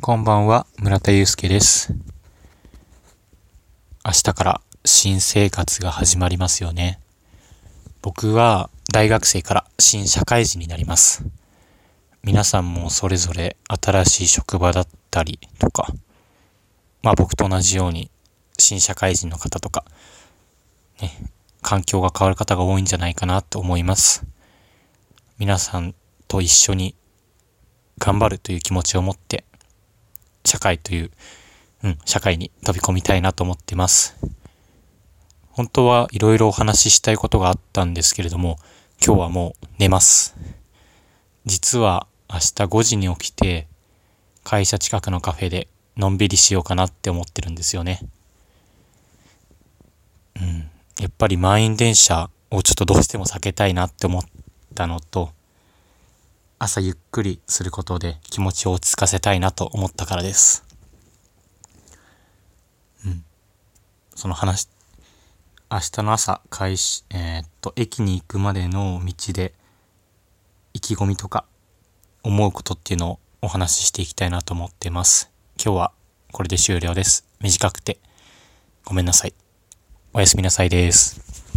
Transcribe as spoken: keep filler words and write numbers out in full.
こんばんは、村田祐介です。明日から新生活が始まりますよね。僕は大学生から新社会人になります。皆さんもそれぞれ新しい職場だったりとか、まあ僕と同じように新社会人の方とか、ね、環境が変わる方が多いんじゃないかなと思います。皆さんと一緒に頑張るという気持ちを持って、社会という、うん、社会に飛び込みたいなと思ってます。本当はいろいろお話ししたいことがあったんですけれども、今日はもう寝ます。実は明日ごじに起きて、会社近くのカフェでのんびりしようかなって思ってるんですよね。うん、やっぱり満員電車をちょっとどうしても避けたいなって思ったのと、朝ゆっくりすることで気持ちを落ち着かせたいなと思ったからです。うん。その話、明日の朝、会社、えーっと、駅に行くまでの道で意気込みとか思うことっていうのをお話ししていきたいなと思ってます。今日はこれで終了です。短くてごめんなさい。おやすみなさいです。